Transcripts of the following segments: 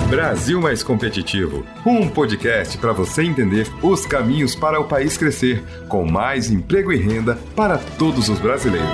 Brasil Mais Competitivo, um podcast para você entender os caminhos para o país crescer, com mais emprego e renda para todos os brasileiros.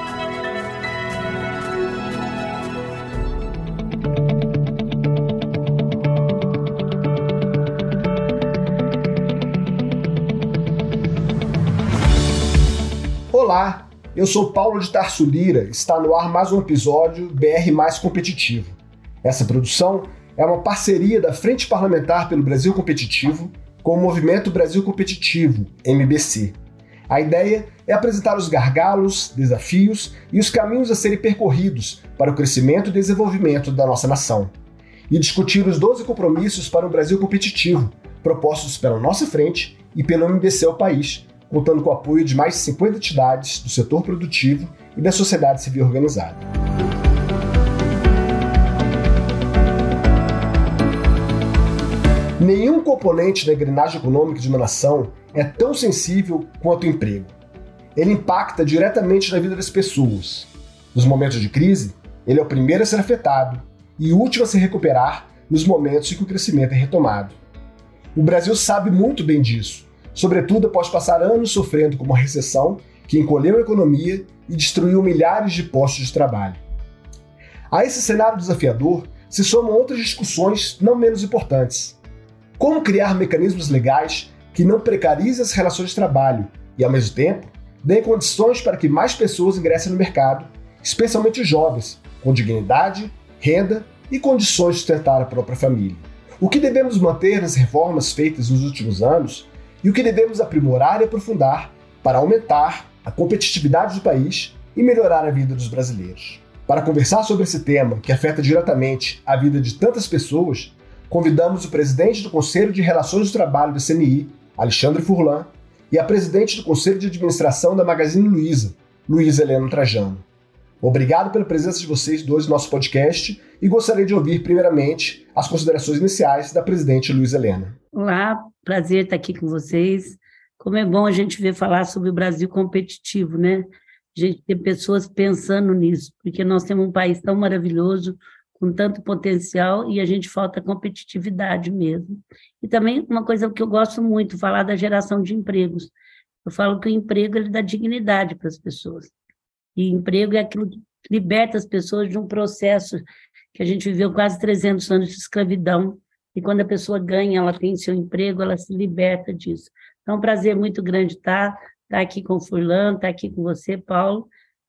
Olá, eu sou Paulo de Tarso Lira, está no ar mais um episódio BR Mais Competitivo. Essa produção é uma parceria da Frente Parlamentar pelo Brasil Competitivo com o Movimento Brasil Competitivo, MBC. A ideia é apresentar os gargalos, desafios e os caminhos a serem percorridos para o crescimento e desenvolvimento da nossa nação. E discutir os 12 compromissos para o Brasil Competitivo, propostos pela nossa frente e pelo MBC ao país, contando com o apoio de mais de 50 entidades do setor produtivo e da sociedade civil organizada. Nenhum componente da engrenagem econômica de uma nação é tão sensível quanto o emprego. Ele impacta diretamente na vida das pessoas. Nos momentos de crise, ele é o primeiro a ser afetado e o último a se recuperar nos momentos em que o crescimento é retomado. O Brasil sabe muito bem disso, sobretudo após passar anos sofrendo com uma recessão que encolheu a economia e destruiu milhares de postos de trabalho. A esse cenário desafiador se somam outras discussões não menos importantes. Como criar mecanismos legais que não precarizem as relações de trabalho e, ao mesmo tempo, deem condições para que mais pessoas ingressem no mercado, especialmente os jovens, com dignidade, renda e condições de sustentar a própria família. O que devemos manter nas reformas feitas nos últimos anos e o que devemos aprimorar e aprofundar para aumentar a competitividade do país e melhorar a vida dos brasileiros. Para conversar sobre esse tema, que afeta diretamente a vida de tantas pessoas, convidamos o presidente do Conselho de Relações do Trabalho da CNI, Alexandre Furlan, e a presidente do Conselho de Administração da Magazine Luiza, Luiza Helena Trajano. Obrigado pela presença de vocês dois no nosso podcast e gostaria de ouvir, primeiramente, as considerações iniciais da presidente Luiza Helena. Olá, prazer estar aqui com vocês. Como é bom a gente ver falar sobre o Brasil competitivo, né? A gente tem pessoas pensando nisso, porque nós temos um país tão maravilhoso, com tanto potencial, e a gente falta competitividade mesmo. E também uma coisa que eu gosto muito, falar da geração de empregos. Eu falo que o emprego ele dá dignidade para as pessoas. E emprego é aquilo que liberta as pessoas de um processo que a gente viveu quase 300 anos de escravidão, e quando a pessoa ganha, ela tem seu emprego, ela se liberta disso. Então, é um prazer muito grande estar aqui com o Furlan, estar aqui com você, Paulo,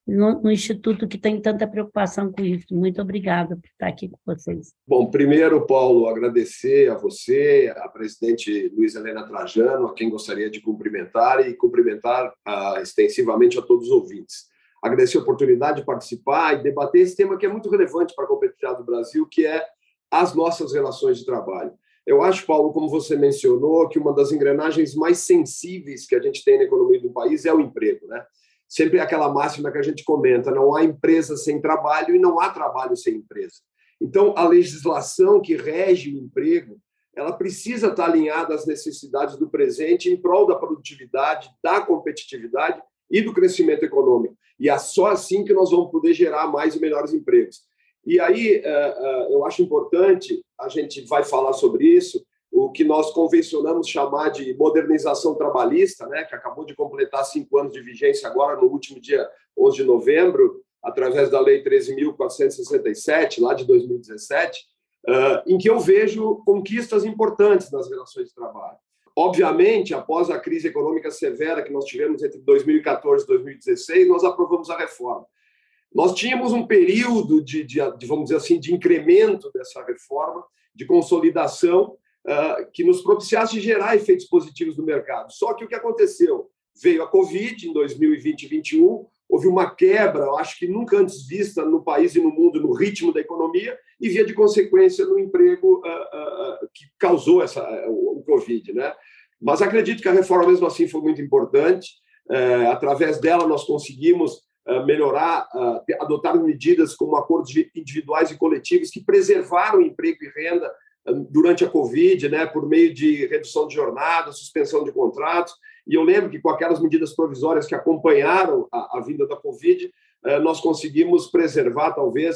no Instituto que tem tanta preocupação com isso. Muito obrigada por estar aqui com vocês. Bom, primeiro, Paulo, agradecer a você, a presidente Luiza Helena Trajano, a quem gostaria de cumprimentar e cumprimentar extensivamente a todos os ouvintes. Agradecer a oportunidade de participar e debater esse tema que é muito relevante para a competitividade do Brasil, que é as nossas relações de trabalho. Eu acho, Paulo, como você mencionou, que uma das engrenagens mais sensíveis que a gente tem na economia do país é o emprego, né? Sempre é aquela máxima que a gente comenta, não há empresa sem trabalho e não há trabalho sem empresa. Então, a legislação que rege o emprego, ela precisa estar alinhada às necessidades do presente em prol da produtividade, da competitividade e do crescimento econômico. E é só assim que nós vamos poder gerar mais e melhores empregos. E aí, eu acho importante, a gente vai falar sobre isso, o que nós convencionamos chamar de modernização trabalhista, né, que acabou de completar 5 anos de vigência agora, no último dia 11 de novembro, através da Lei 13.467, lá de 2017, em que eu vejo conquistas importantes nas relações de trabalho. Obviamente, após a crise econômica severa que nós tivemos entre 2014 e 2016, nós aprovamos a reforma. Nós tínhamos um período de vamos dizer assim, de incremento dessa reforma, de consolidação, que nos propiciasse gerar efeitos positivos no mercado. Só que o que aconteceu? Veio a Covid em 2020 e 2021, houve uma quebra, eu acho que nunca antes vista no país e no mundo, no ritmo da economia, e via de consequência no emprego que causou o Covid, né? Mas acredito que a reforma, mesmo assim, foi muito importante. Através dela, nós conseguimos melhorar, adotar medidas como acordos individuais e coletivos que preservaram emprego e renda durante a Covid, né, por meio de redução de jornada, suspensão de contratos. E eu lembro que com aquelas medidas provisórias que acompanharam a vinda da Covid, nós conseguimos preservar, talvez,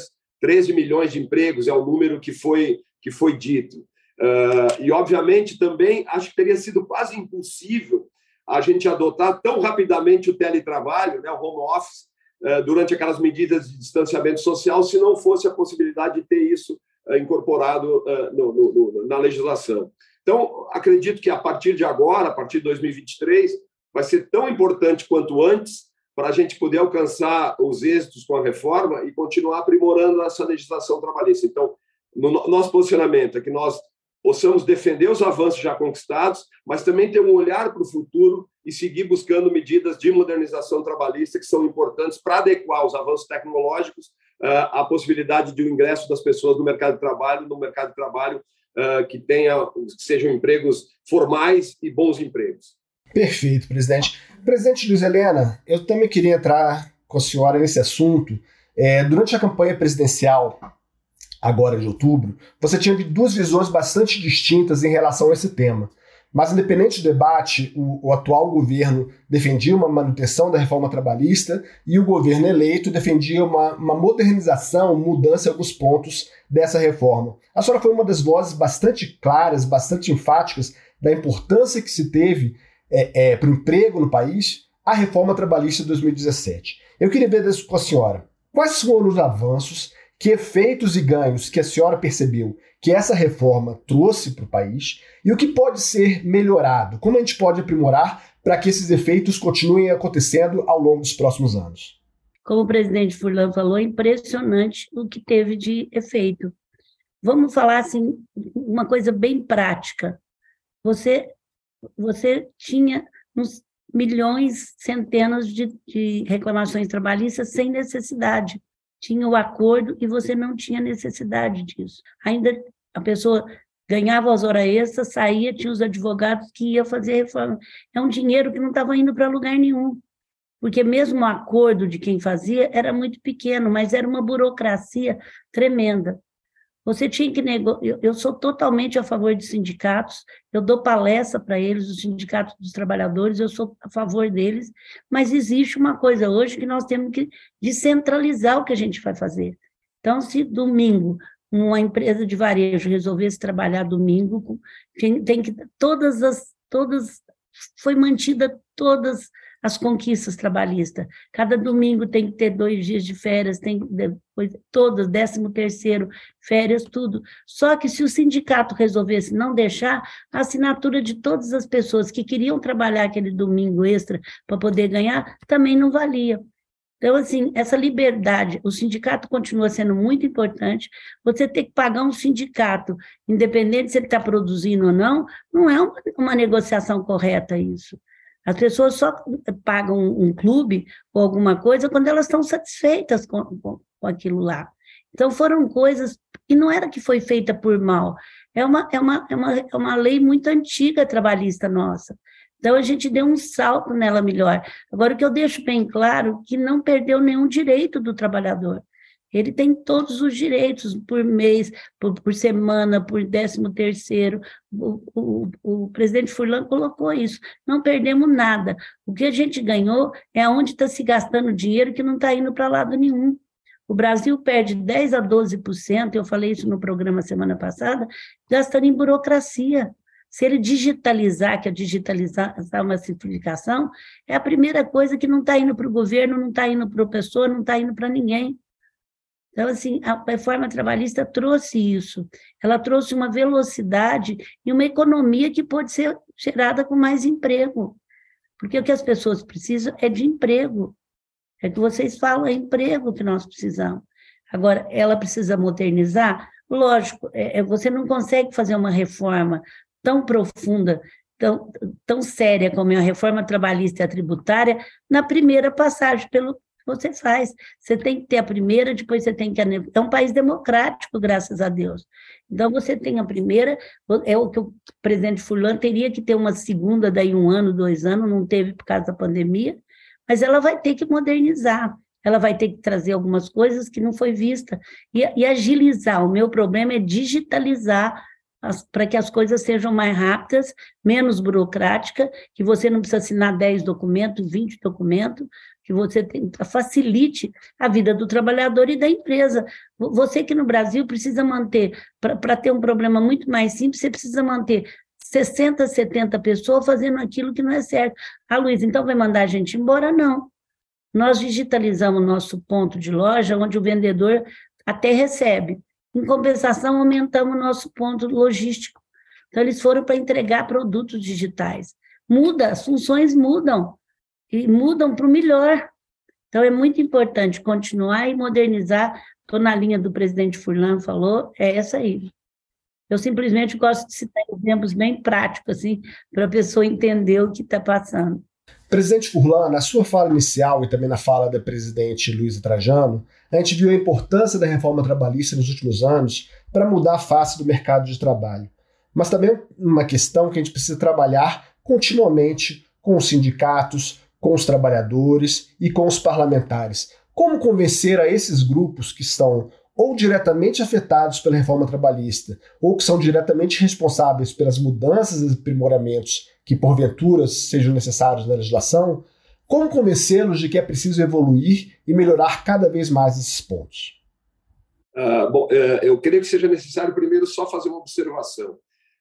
13 milhões de empregos é o número que foi dito. E, obviamente, também acho que teria sido quase impossível a gente adotar tão rapidamente o teletrabalho, né, o home office, durante aquelas medidas de distanciamento social, se não fosse a possibilidade de ter isso incorporado na legislação. Então, acredito que a partir de agora, a partir de 2023, vai ser tão importante quanto antes para a gente poder alcançar os êxitos com a reforma e continuar aprimorando essa legislação trabalhista. Então, nosso posicionamento é que nós possamos defender os avanços já conquistados, mas também ter um olhar para o futuro e seguir buscando medidas de modernização trabalhista que são importantes para adequar os avanços tecnológicos à possibilidade de um ingresso das pessoas no mercado de trabalho que sejam empregos formais e bons empregos. Perfeito, presidente. Presidente Luiz Helena, eu também queria entrar com a senhora nesse assunto. Durante a campanha presidencial, agora de outubro, você tinha duas visões bastante distintas em relação a esse tema. Mas, independente do debate, o atual governo defendia uma manutenção da reforma trabalhista e o governo eleito defendia uma modernização, mudança em alguns pontos dessa reforma. A senhora foi uma das vozes bastante claras, bastante enfáticas da importância que se teve para o emprego no país a reforma trabalhista de 2017. Eu queria ver com a senhora quais foram os avanços, que efeitos e ganhos que a senhora percebeu que essa reforma trouxe para o país e o que pode ser melhorado, como a gente pode aprimorar para que esses efeitos continuem acontecendo ao longo dos próximos anos. Como o presidente Furlan falou, é impressionante o que teve de efeito. Vamos falar assim, uma coisa bem prática. Você tinha uns milhões, centenas de reclamações trabalhistas sem necessidade. Tinha o acordo e você não tinha necessidade disso. Ainda a pessoa ganhava as horas extras, saía, tinha os advogados que iam fazer reforma. É um dinheiro que não estava indo para lugar nenhum, porque mesmo o acordo de quem fazia era muito pequeno, mas era uma burocracia tremenda. Você tinha que negociar. Eu sou totalmente a favor de sindicatos, eu dou palestra para eles, os sindicatos dos trabalhadores, eu sou a favor deles, mas existe uma coisa hoje que nós temos que descentralizar o que a gente vai fazer. Então, se domingo uma empresa de varejo resolvesse trabalhar domingo, tem que foi mantida todas as conquistas trabalhistas. Cada domingo tem que ter 2 dias de férias, tem depois todas, 13º, férias, tudo. Só que se o sindicato resolvesse não deixar, a assinatura de todas as pessoas que queriam trabalhar aquele domingo extra para poder ganhar, também não valia. Então, assim, essa liberdade, o sindicato continua sendo muito importante. Você ter que pagar um sindicato, independente se ele está produzindo ou não é uma negociação correta isso. As pessoas só pagam um clube ou alguma coisa quando elas estão satisfeitas com aquilo lá. Então, foram coisas... E não era que foi feita por mal. É uma lei muito antiga trabalhista nossa. Então, a gente deu um salto nela melhor. Agora, o que eu deixo bem claro é que não perdeu nenhum direito do trabalhador. Ele tem todos os direitos por mês, por semana, por 13º. O presidente Furlan colocou isso. Não perdemos nada. O que a gente ganhou é onde está se gastando dinheiro que não está indo para lado nenhum. O Brasil perde 10% a 12%, eu falei isso no programa semana passada, gastando em burocracia. Se ele digitalizar, que é digitalizar uma simplificação, é a primeira coisa que não está indo para o governo, não está indo para o professor, não está indo para ninguém. Então, assim, a reforma trabalhista trouxe isso. Ela trouxe uma velocidade e uma economia que pode ser gerada com mais emprego. Porque o que as pessoas precisam é de emprego. É que vocês falam, é emprego que nós precisamos. Agora, ela precisa modernizar? Lógico, você não consegue fazer uma reforma tão profunda, tão séria como é a reforma trabalhista e a tributária, na primeira passagem pelo que você faz. Você tem que ter a primeira, depois você tem que... É um país democrático, graças a Deus. Então, você tem a primeira, é o que o presidente Furlan teria que ter uma segunda, daí 1 ano, 2 anos, não teve por causa da pandemia, mas ela vai ter que modernizar, ela vai ter que trazer algumas coisas que não foi vista, e agilizar. O meu problema é digitalizar, para que as coisas sejam mais rápidas, menos burocrática, que você não precisa assinar 10 documentos, 20 documentos, que você facilite a vida do trabalhador e da empresa. Você que no Brasil precisa manter, para ter um problema muito mais simples, você precisa manter 60, 70 pessoas fazendo aquilo que não é certo. Luísa, então vai mandar a gente embora? Não. Nós digitalizamos o nosso ponto de loja, onde o vendedor até recebe. Em compensação, aumentamos o nosso ponto logístico. Então, eles foram para entregar produtos digitais. Muda, as funções mudam, e mudam para o melhor. Então, é muito importante continuar e modernizar. Estou na linha do presidente Furlan falou, é essa aí. Eu simplesmente gosto de citar exemplos bem práticos, assim, para a pessoa entender o que está passando. Presidente Furlan, na sua fala inicial e também na fala da presidente Luiza Trajano, a gente viu a importância da reforma trabalhista nos últimos anos para mudar a face do mercado de trabalho. Mas também uma questão que a gente precisa trabalhar continuamente com os sindicatos, com os trabalhadores e com os parlamentares. Como convencer a esses grupos que estão ou diretamente afetados pela reforma trabalhista, ou que são diretamente responsáveis pelas mudanças e aprimoramentos que porventura sejam necessários na legislação, como convencê-los de que é preciso evoluir e melhorar cada vez mais esses pontos? Eu creio que seja necessário primeiro só fazer uma observação.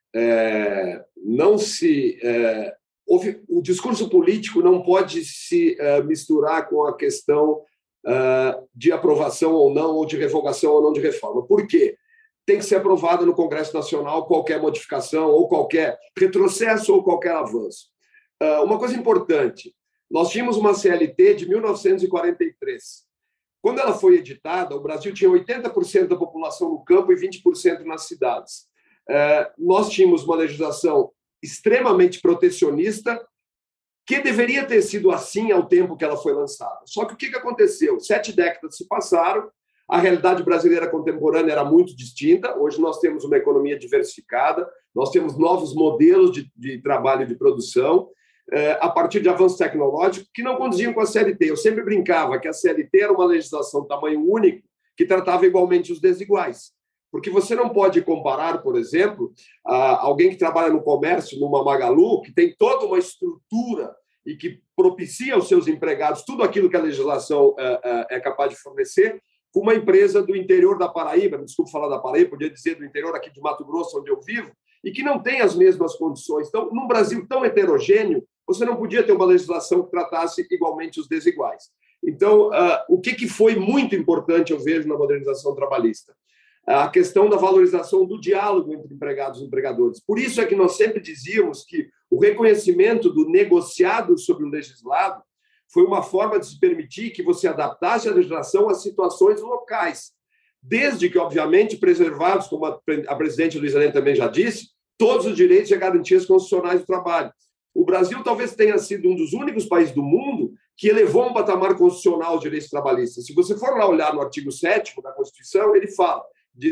O discurso político não pode se misturar com a questão de aprovação ou não, ou de revogação ou não de reforma. Por quê? Tem que ser aprovada no Congresso Nacional qualquer modificação, ou qualquer retrocesso, ou qualquer avanço. Uma coisa importante, nós tínhamos uma CLT de 1943. Quando ela foi editada, o Brasil tinha 80% da população no campo e 20% nas cidades. Nós tínhamos uma legislação extremamente protecionista, que deveria ter sido assim ao tempo que ela foi lançada. Só que o que aconteceu? 7 décadas se passaram, a realidade brasileira contemporânea era muito distinta, hoje nós temos uma economia diversificada, nós temos novos modelos de trabalho e de produção, a partir de avanços tecnológicos que não condiziam com a CLT. Eu sempre brincava que a CLT era uma legislação de tamanho único que tratava igualmente os desiguais. Porque você não pode comparar, por exemplo, alguém que trabalha no comércio, numa Magalu, que tem toda uma estrutura e que propicia aos seus empregados tudo aquilo que a legislação é capaz de fornecer, com uma empresa do interior da Paraíba, me desculpe falar da Paraíba, podia dizer do interior aqui de Mato Grosso, onde eu vivo, e que não tem as mesmas condições. Então, num Brasil tão heterogêneo, você não podia ter uma legislação que tratasse igualmente os desiguais. Então, o que foi muito importante, eu vejo, na modernização trabalhista? A questão da valorização do diálogo entre empregados e empregadores. Por isso é que nós sempre dizíamos que o reconhecimento do negociado sobre o legislado foi uma forma de se permitir que você adaptasse a legislação às situações locais, desde que, obviamente, preservados, como a presidente Luiza Helena também já disse, todos os direitos e garantias constitucionais do trabalho. O Brasil talvez tenha sido um dos únicos países do mundo que elevou um patamar constitucional os direitos trabalhistas. Se você for lá olhar no artigo 7º da Constituição, ele fala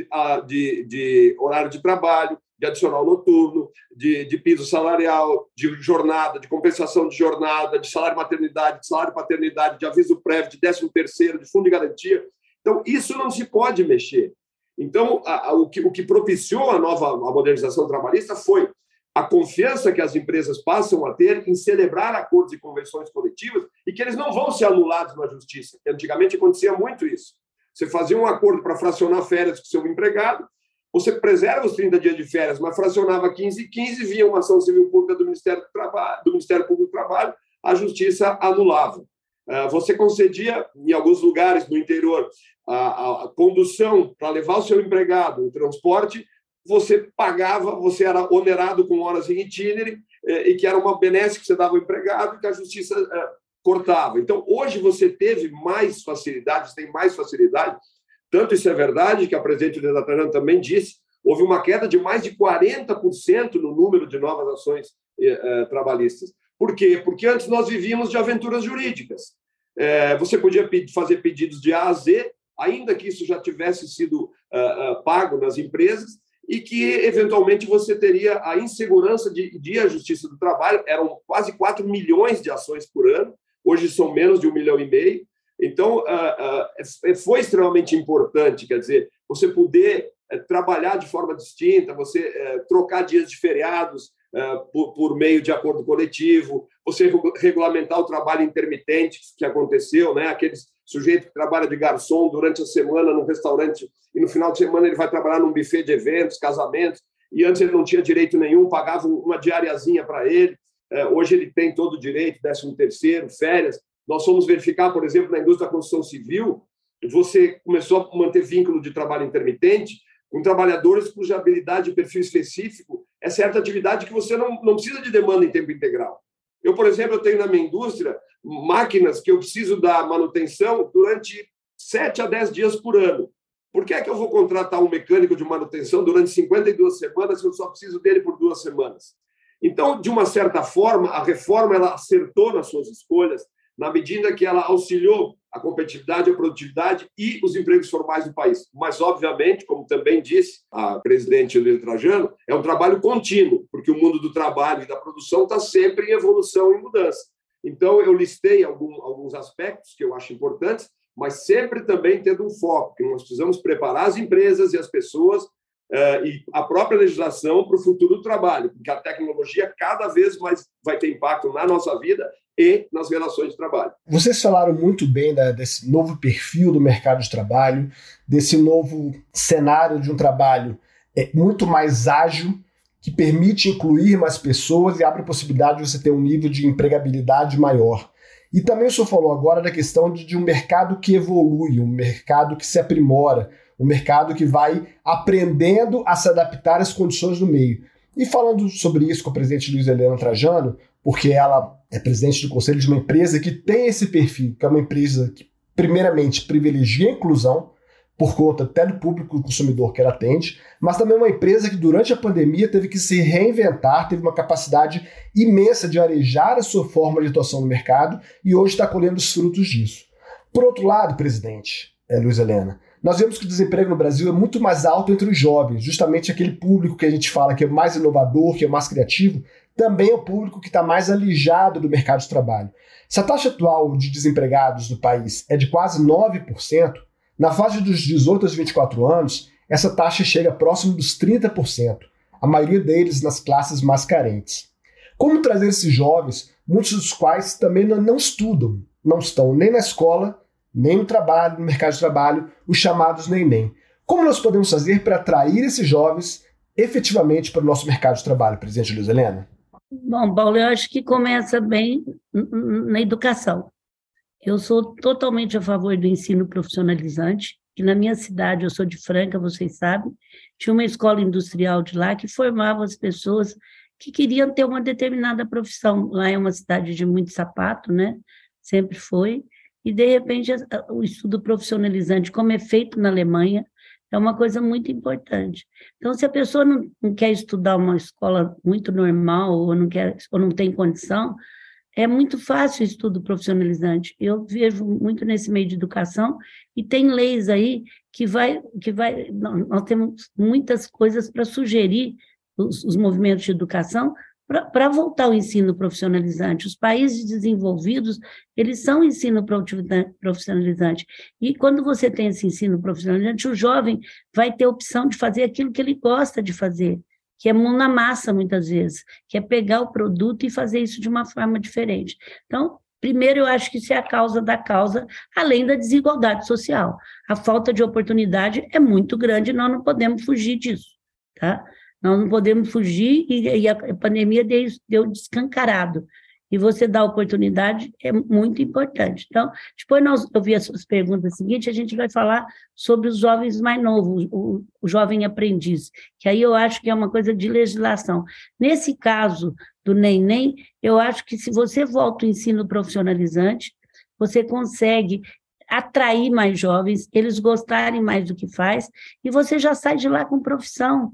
de horário de trabalho, de adicional noturno, de piso salarial, de jornada, de compensação de jornada, de salário maternidade, de salário paternidade, de aviso prévio, de 13º, de fundo de garantia. Então, isso não se pode mexer. Então, o que propiciou a modernização trabalhista foi a confiança que as empresas passam a ter em celebrar acordos e convenções coletivas e que eles não vão ser anulados na justiça. Antigamente acontecia muito isso. Você fazia um acordo para fracionar férias com seu empregado, você preserva os 30 dias de férias, mas fracionava 15 e 15, via uma ação civil pública do Ministério Público do Trabalho, a justiça anulava. Você concedia, em alguns lugares no interior, a condução para levar o seu empregado, o transporte, você pagava, você era onerado com horas em itinerário, e que era uma benesse que você dava ao empregado e que a justiça cortava. Então, hoje você teve mais facilidades, tem mais facilidade, tanto isso é verdade, que a presidente Luiza Trajano também disse, houve uma queda de mais de 40% no número de novas ações trabalhistas. Por quê? Porque antes nós vivíamos de aventuras jurídicas. Você podia fazer pedidos de A a Z, ainda que isso já tivesse sido pago nas empresas, e que, eventualmente, você teria a insegurança de ir à Justiça do Trabalho. Eram quase 4 milhões de ações por ano, hoje são menos de 1,5 milhão. Então, foi extremamente importante, quer dizer, você poder trabalhar de forma distinta, você trocar dias de feriados por meio de acordo coletivo, você regulamentar o trabalho intermitente que aconteceu, né? Aquele sujeito que trabalha de garçom durante a semana num restaurante e no final de semana ele vai trabalhar num buffet de eventos, casamentos, e antes ele não tinha direito nenhum, pagava uma diariazinha para ele, hoje ele tem todo o direito, 13º, férias. Nós fomos verificar, por exemplo, na indústria da construção civil, você começou a manter vínculo de trabalho intermitente com trabalhadores cuja habilidade e perfil específico é certa atividade que você não precisa de demanda em tempo integral. Eu, por exemplo, tenho na minha indústria máquinas que eu preciso dar manutenção durante 7 a 10 dias por ano. Por que é que eu vou contratar um mecânico de manutenção durante 52 semanas se eu só preciso dele por 2 semanas? Então, de uma certa forma, a reforma ela acertou nas suas escolhas, na medida que ela auxiliou a competitividade, a produtividade e os empregos formais do país. Mas, obviamente, como também disse a presidente Luiza Trajano, é um trabalho contínuo, porque o mundo do trabalho e da produção está sempre em evolução e mudança. Então, eu listei alguns aspectos que eu acho importantes, mas sempre também tendo um foco, que nós precisamos preparar as empresas e as pessoas e a própria legislação para o futuro do trabalho, porque a tecnologia cada vez mais vai ter impacto na nossa vida e nas relações de trabalho. Vocês falaram muito bem desse novo perfil do mercado de trabalho, desse novo cenário de um trabalho muito mais ágil, que permite incluir mais pessoas e abre a possibilidade de você ter um nível de empregabilidade maior. E também o senhor falou agora da questão de um mercado que evolui, um mercado que se aprimora, um mercado que vai aprendendo a se adaptar às condições do meio. E falando sobre isso com a presidente Luiza Helena Trajano, porque ela é presidente do conselho de uma empresa que tem esse perfil, que é uma empresa que, primeiramente, privilegia a inclusão, por conta até do público consumidor que ela atende, mas também uma empresa que, durante a pandemia, teve que se reinventar, teve uma capacidade imensa de arejar a sua forma de atuação no mercado e hoje está colhendo os frutos disso. Por outro lado, presidente Luiza Helena, nós vemos que o desemprego no Brasil é muito mais alto entre os jovens, justamente aquele público que a gente fala que é mais inovador, que é mais criativo, também é o público que está mais alijado do mercado de trabalho. Se a taxa atual de desempregados no país é de quase 9%, na faixa dos 18 aos 24 anos, essa taxa chega próximo dos 30%, a maioria deles nas classes mais carentes. Como trazer esses jovens, muitos dos quais também não estudam, não estão nem na escola, nem no trabalho, no mercado de trabalho, os chamados nem. Como nós podemos fazer para atrair esses jovens efetivamente para o nosso mercado de trabalho, presidente Luiza Helena? Bom, Paulo, eu acho que começa bem na educação. Eu sou totalmente a favor do ensino profissionalizante, que na minha cidade, eu sou de Franca, vocês sabem, tinha uma escola industrial de lá que formava as pessoas que queriam ter uma determinada profissão. Lá é uma cidade de muito sapato, né? Sempre foi. E, de repente, o estudo profissionalizante, como é feito na Alemanha, é uma coisa muito importante. Então, se a pessoa não quer estudar uma escola muito normal ou não tem condição, é muito fácil o estudo profissionalizante. Eu vejo muito nesse meio de educação e tem leis aí que nós temos muitas coisas para sugerir os movimentos de educação para voltar ao ensino profissionalizante. Os países desenvolvidos, eles são ensino profissionalizante. E quando você tem esse ensino profissionalizante, o jovem vai ter a opção de fazer aquilo que ele gosta de fazer, que é mão na massa, muitas vezes, que é pegar o produto e fazer isso de uma forma diferente. Então, primeiro, eu acho que isso é a causa da causa, além da desigualdade social. A falta de oportunidade é muito grande e nós não podemos fugir disso, tá? Nós não podemos fugir e a pandemia deu descancarado. E você dar oportunidade é muito importante. Então, depois eu vi as suas perguntas seguintes, a gente vai falar sobre os jovens mais novos, o jovem aprendiz, que aí eu acho que é uma coisa de legislação. Nesse caso do nem, eu acho que se você volta ao ensino profissionalizante, você consegue atrair mais jovens, eles gostarem mais do que faz, e você já sai de lá com profissão.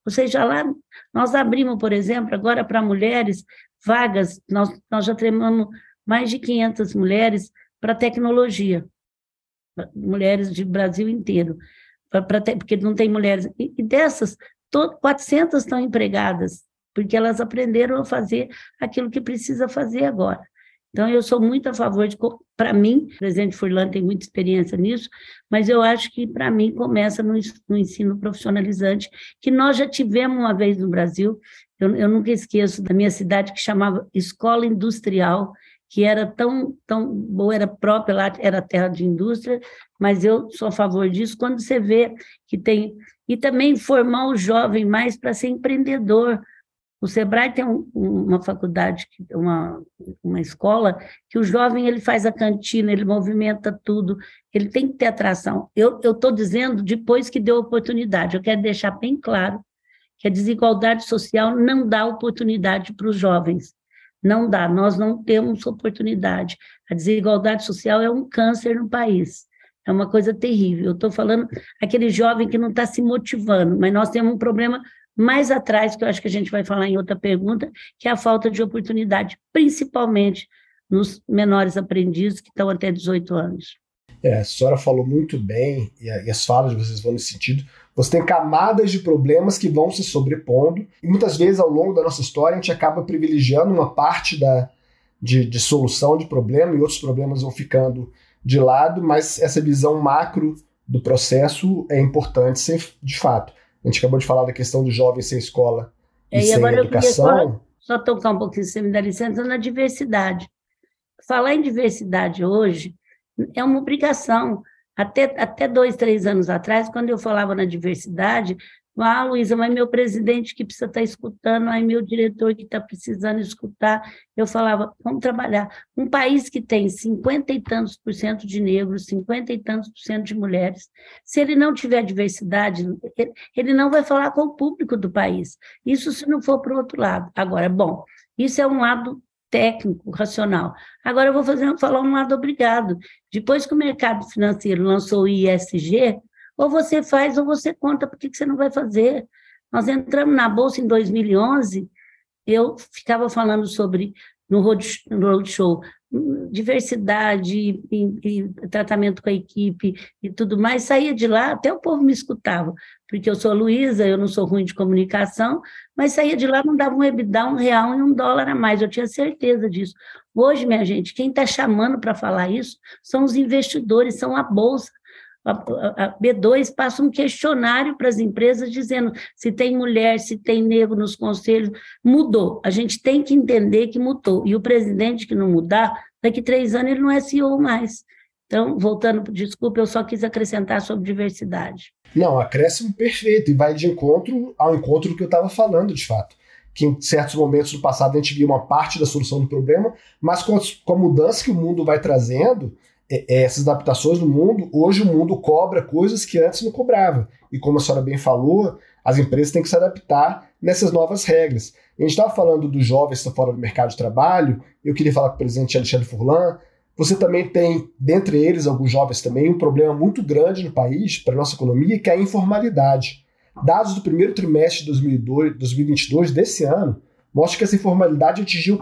Nós abrimos, por exemplo, agora para mulheres, vagas, nós já treinamos mais de 500 mulheres para tecnologia, mulheres do Brasil inteiro, porque não tem mulheres, e dessas, 400 estão empregadas, porque elas aprenderam a fazer aquilo que precisa fazer agora. Então, eu sou muito a favor para mim, o presidente Furlan tem muita experiência nisso, mas eu acho que, para mim, começa no ensino profissionalizante, que nós já tivemos uma vez no Brasil. Eu nunca esqueço da minha cidade, que chamava Escola Industrial, que era tão boa, era própria lá, era terra de indústria, mas eu sou a favor disso. Quando você vê que tem... E também formar o jovem mais para ser empreendedor. O Sebrae tem uma faculdade, uma escola, que o jovem ele faz a cantina, ele movimenta tudo, ele tem que ter atração. Eu estou dizendo depois que deu oportunidade, eu quero deixar bem claro que a desigualdade social não dá oportunidade para os jovens, não dá, nós não temos oportunidade. A desigualdade social é um câncer no país, é uma coisa terrível. Eu estou falando aquele jovem que não está se motivando, mas nós temos um problema mais atrás, que eu acho que a gente vai falar em outra pergunta, que é a falta de oportunidade, principalmente nos menores aprendizes que estão até 18 anos. A senhora falou muito bem, e as falas de vocês vão nesse sentido. Você tem camadas de problemas que vão se sobrepondo, e muitas vezes, ao longo da nossa história, a gente acaba privilegiando uma parte de solução de problema, e outros problemas vão ficando de lado, mas essa visão macro do processo é importante ser de fato. A gente acabou de falar da questão do jovem sem escola e sem agora educação. Eu queria só tocar um pouquinho, se você me dá licença, na diversidade. Falar em diversidade hoje é uma obrigação. Até 2, 3 anos atrás, quando eu falava na diversidade, Luísa, mas meu presidente que precisa estar escutando, aí meu diretor que está precisando escutar, eu falava, vamos trabalhar. Um país que tem 50 e tantos % de negros, 50 e tantos % de mulheres, se ele não tiver diversidade, ele não vai falar com o público do país. Isso se não for para o outro lado. Agora, bom, isso é um lado técnico, racional. Agora eu vou falar um lado obrigado. Depois que o mercado financeiro lançou o ISG, ou você faz ou você conta, por que você não vai fazer? Nós entramos na Bolsa em 2011, eu ficava falando sobre, no roadshow, diversidade e tratamento com a equipe e tudo mais, saía de lá, até o povo me escutava, porque eu sou Luísa, eu não sou ruim de comunicação, mas saía de lá, não dava um EBITDA, R$1 e $1 a mais, eu tinha certeza disso. Hoje, minha gente, quem está chamando para falar isso são os investidores, são a Bolsa. A B2 passa um questionário para as empresas dizendo se tem mulher, se tem negro nos conselhos. Mudou, a gente tem que entender que mudou, e o presidente que não mudar, daqui 3 anos ele não é CEO mais. Então, voltando, desculpa, eu só quis acrescentar sobre diversidade. Não, acréscimo perfeito, e vai de encontro ao encontro que eu estava falando, de fato, que em certos momentos do passado a gente via uma parte da solução do problema, mas com a mudança que o mundo vai trazendo, essas adaptações no mundo, hoje o mundo cobra coisas que antes não cobrava. E como a senhora bem falou, as empresas têm que se adaptar nessas novas regras. A gente estava falando dos jovens que estão fora do mercado de trabalho, eu queria falar com o presidente Alexandre Furlan. Você também tem, dentre eles, alguns jovens também, um problema muito grande no país, para a nossa economia, que é a informalidade. Dados do primeiro trimestre de 2022 desse ano mostram que essa informalidade atingiu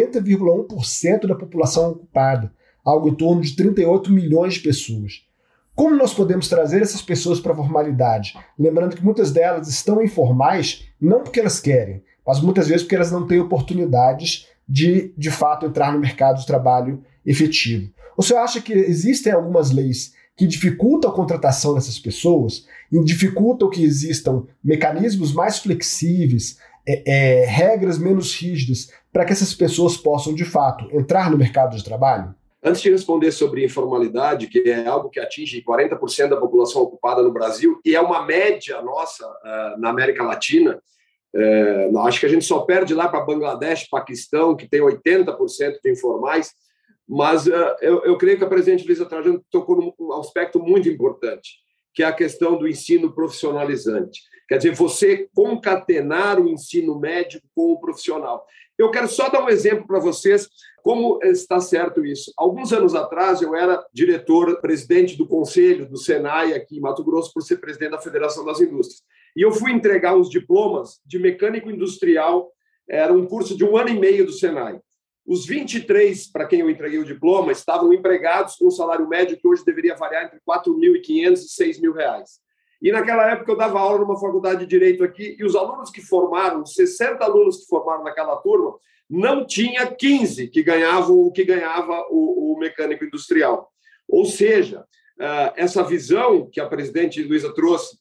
40,1% da população ocupada, algo em torno de 38 milhões de pessoas. Como nós podemos trazer essas pessoas para a formalidade? Lembrando que muitas delas estão informais não porque elas querem, mas muitas vezes porque elas não têm oportunidades de fato, entrar no mercado de trabalho efetivo. O senhor acha que existem algumas leis que dificultam a contratação dessas pessoas e dificultam que existam mecanismos mais flexíveis, regras menos rígidas, para que essas pessoas possam, de fato, entrar no mercado de trabalho? Antes de responder sobre informalidade, que é algo que atinge 40% da população ocupada no Brasil, e é uma média nossa na América Latina, acho que a gente só perde lá para Bangladesh, Paquistão, que tem 80% de informais, mas eu creio que a presidente Luísa Trajano tocou num aspecto muito importante, que é a questão do ensino profissionalizante. Quer dizer, você concatenar o ensino médico com o profissional. Eu quero só dar um exemplo para vocês como está certo isso. Alguns anos atrás, eu era presidente do conselho do Senai aqui em Mato Grosso, por ser presidente da Federação das Indústrias. E eu fui entregar os diplomas de mecânico industrial, era um curso de 1 ano e meio do Senai. Os 23, para quem eu entreguei o diploma, estavam empregados com um salário médio que hoje deveria variar entre R$4.500 e R$6.000. E naquela época eu dava aula numa faculdade de Direito aqui, e os alunos que formaram, 60 alunos que formaram naquela turma, não tinha 15 que ganhavam o que ganhava o mecânico industrial. Ou seja, essa visão que a presidente Luiza trouxe,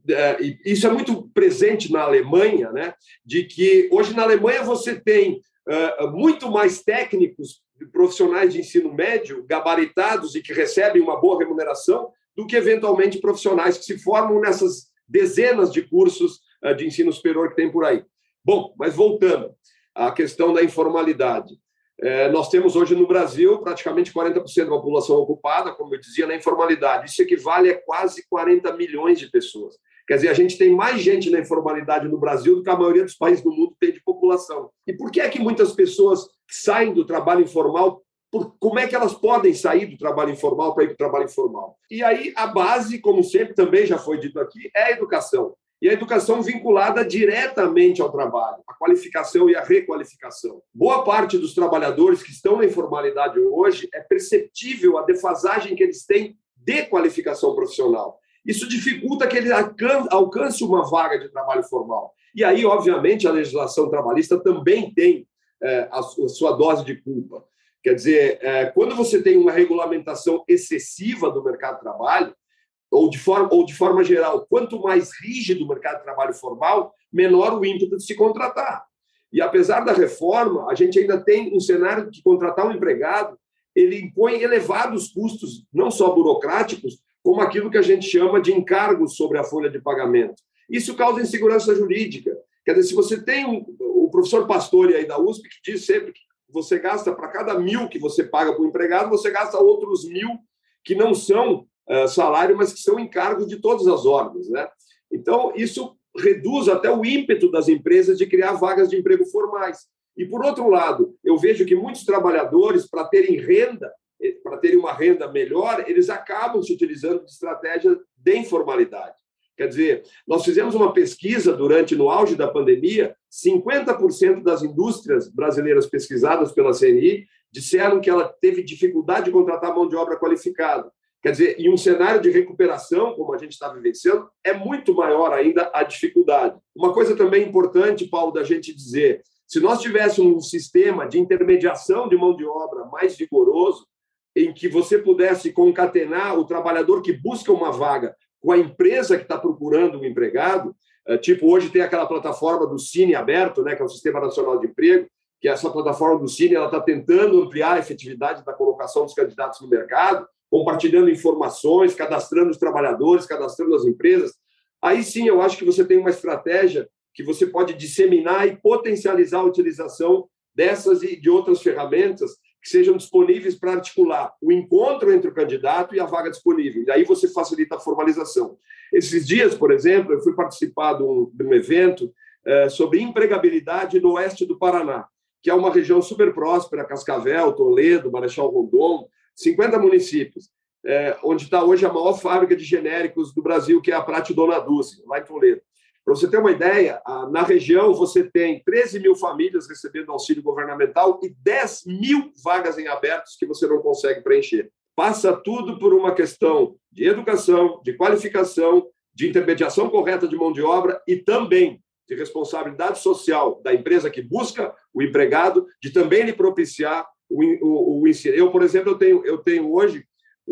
e isso é muito presente na Alemanha, né, de que hoje na Alemanha você tem muito mais técnicos profissionais de ensino médio, gabaritados e que recebem uma boa remuneração, do que eventualmente profissionais que se formam nessas dezenas de cursos de ensino superior que tem por aí. Bom, mas voltando à questão da informalidade. Nós temos hoje no Brasil praticamente 40% da população ocupada, como eu dizia, na informalidade. Isso equivale a quase 40 milhões de pessoas. Quer dizer, a gente tem mais gente na informalidade no Brasil do que a maioria dos países do mundo tem de população. E por que é que muitas pessoas saem do trabalho informal? Como é que elas podem sair do trabalho informal para ir para o trabalho informal? E aí a base, como sempre também já foi dito aqui, é a educação. E a educação vinculada diretamente ao trabalho, a qualificação e a requalificação. Boa parte dos trabalhadores que estão na informalidade hoje é perceptível a defasagem que eles têm de qualificação profissional. Isso dificulta que ele alcance uma vaga de trabalho formal. E aí, obviamente, a legislação trabalhista também tem a sua dose de culpa. Quer dizer, quando você tem uma regulamentação excessiva do mercado de trabalho, ou de forma geral, quanto mais rígido o mercado de trabalho formal, menor o ímpeto de se contratar. E apesar da reforma, a gente ainda tem um cenário de contratar um empregado, ele impõe elevados custos, não só burocráticos, como aquilo que a gente chama de encargos sobre a folha de pagamento. Isso causa insegurança jurídica. Quer dizer, se você tem o professor Pastore aí da USP, que diz sempre que você gasta, para cada 1.000 que você paga para o empregado, você gasta outros 1.000 que não são salário, mas que são encargos de todas as ordens, né? Então, isso reduz até o ímpeto das empresas de criar vagas de emprego formais. E, por outro lado, eu vejo que muitos trabalhadores, para terem uma renda melhor, eles acabam se utilizando de estratégia de informalidade. Quer dizer, nós fizemos uma pesquisa no auge da pandemia, 50% das indústrias brasileiras pesquisadas pela CNI disseram que ela teve dificuldade de contratar mão de obra qualificada. Quer dizer, em um cenário de recuperação, como a gente está vivenciando, é muito maior ainda a dificuldade. Uma coisa também importante, Paulo, da gente dizer, se nós tivéssemos um sistema de intermediação de mão de obra mais vigoroso, em que você pudesse concatenar o trabalhador que busca uma vaga com a empresa que está procurando um empregado, tipo, hoje tem aquela plataforma do Cine aberto, né, que é o Sistema Nacional de Emprego, que essa plataforma do Cine está tentando ampliar a efetividade da colocação dos candidatos no mercado, compartilhando informações, cadastrando os trabalhadores, cadastrando as empresas. Aí sim, eu acho que você tem uma estratégia que você pode disseminar e potencializar a utilização dessas e de outras ferramentas que sejam disponíveis para articular o encontro entre o candidato e a vaga disponível. E aí você facilita a formalização. Esses dias, por exemplo, eu fui participar de um evento sobre empregabilidade no oeste do Paraná, que é uma região super próspera, Cascavel, Toledo, Marechal Rondon, 50 municípios, onde está hoje a maior fábrica de genéricos do Brasil, que é a Prate Dona Dulce, lá em Toledo. Para você ter uma ideia, na região você tem 13 mil famílias recebendo auxílio governamental e 10 mil vagas em abertos que você não consegue preencher. Passa tudo por uma questão de educação, de qualificação, de intermediação correta de mão de obra e também de responsabilidade social da empresa que busca o empregado, de também lhe propiciar o ensino. Eu, por exemplo, eu tenho hoje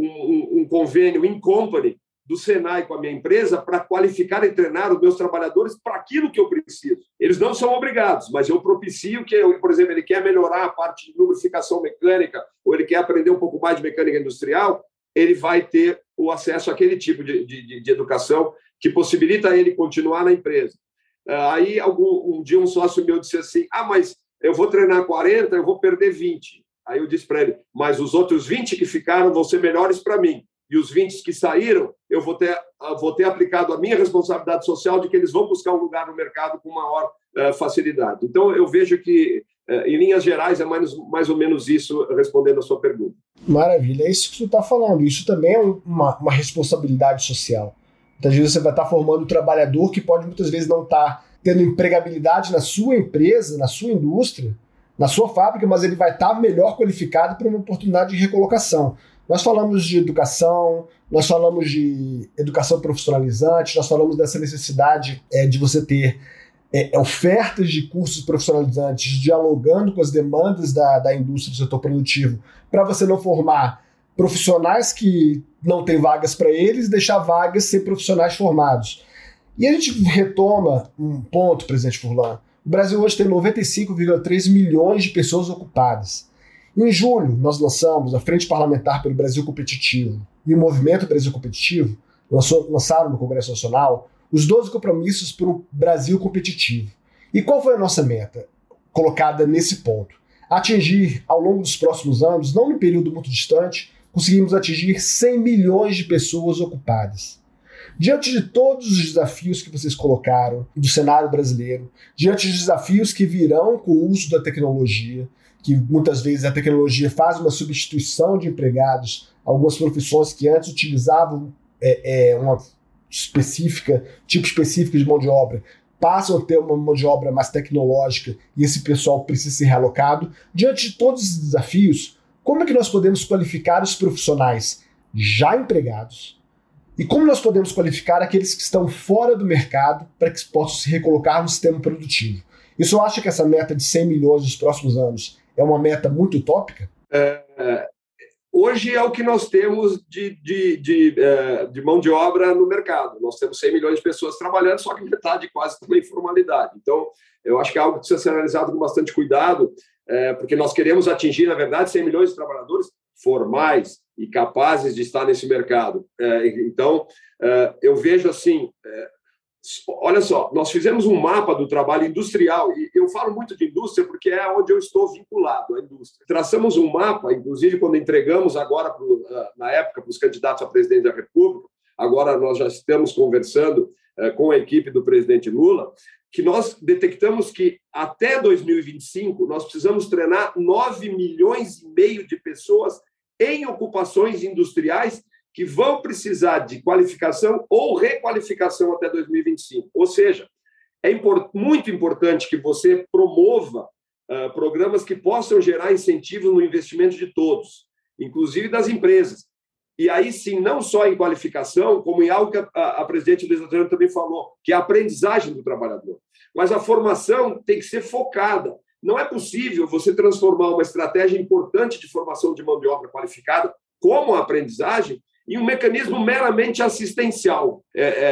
um convênio in company do Senai com a minha empresa para qualificar e treinar os meus trabalhadores para aquilo que eu preciso. Eles não são obrigados, mas eu propicio que, por exemplo, ele quer melhorar a parte de lubrificação mecânica ou ele quer aprender um pouco mais de mecânica industrial, ele vai ter o acesso àquele tipo de educação que possibilita ele continuar na empresa. Aí, um dia, um sócio meu disse assim, mas eu vou treinar 40, eu vou perder 20. Aí eu disse para ele, mas os outros 20 que ficaram vão ser melhores para mim. E os 20 que saíram, eu vou ter aplicado a minha responsabilidade social de que eles vão buscar um lugar no mercado com maior facilidade. Então, eu vejo que, em linhas gerais, é mais ou menos isso, respondendo a sua pergunta. Maravilha, é isso que tu está falando. Isso também é uma responsabilidade social. Muitas vezes você vai estar formando um trabalhador que pode, muitas vezes, não estar tendo empregabilidade na sua empresa, na sua indústria, na sua fábrica, mas ele vai estar melhor qualificado para uma oportunidade de recolocação. Nós falamos de educação, nós falamos de educação profissionalizante, nós falamos dessa necessidade de você ter ofertas de cursos profissionalizantes, dialogando com as demandas da indústria do setor produtivo, para você não formar profissionais que não têm vagas para eles, deixar vagas sem profissionais formados. E a gente retoma um ponto, presidente Furlan. O Brasil hoje tem 95,3 milhões de pessoas ocupadas. Em julho, nós lançamos a Frente Parlamentar pelo Brasil Competitivo e o Movimento Brasil Competitivo lançaram no Congresso Nacional os 12 compromissos para o Brasil competitivo. E qual foi a nossa meta colocada nesse ponto? Atingir, ao longo dos próximos anos, não num período muito distante, conseguimos atingir 100 milhões de pessoas ocupadas. Diante de todos os desafios que vocês colocaram do cenário brasileiro, diante dos desafios que virão com o uso da tecnologia, que muitas vezes a tecnologia faz uma substituição de empregados, algumas profissões que antes utilizavam uma tipo específico de mão de obra, passam a ter uma mão de obra mais tecnológica e esse pessoal precisa ser realocado. Diante de todos esses desafios, como é que nós podemos qualificar os profissionais já empregados e como nós podemos qualificar aqueles que estão fora do mercado para que possam se recolocar no sistema produtivo? E o senhor acha que essa meta de 100 milhões nos próximos anos é uma meta muito utópica? Hoje é o que nós temos de mão de obra no mercado. Nós temos 100 milhões de pessoas trabalhando, só que metade quase está na informalidade. Então, eu acho que é algo que precisa ser analisado com bastante cuidado, porque nós queremos atingir, na verdade, 100 milhões de trabalhadores formais e capazes de estar nesse mercado. Então, eu vejo assim... Olha só, nós fizemos um mapa do trabalho industrial, e eu falo muito de indústria porque é onde eu estou vinculado à indústria. Traçamos um mapa, inclusive quando entregamos agora, na época, para os candidatos a presidente da República, agora nós já estamos conversando com a equipe do presidente Lula, que nós detectamos que até 2025 nós precisamos treinar 9 milhões e meio de pessoas em ocupações industriais que vão precisar de qualificação ou requalificação até 2025. Ou seja, é muito importante que você promova programas que possam gerar incentivos no investimento de todos, inclusive das empresas. E aí sim, não só em qualificação, como em algo que a presidente Luiza Trajano também falou, que é a aprendizagem do trabalhador. Mas a formação tem que ser focada. Não é possível você transformar uma estratégia importante de formação de mão de obra qualificada, como a aprendizagem, em um mecanismo meramente assistencial.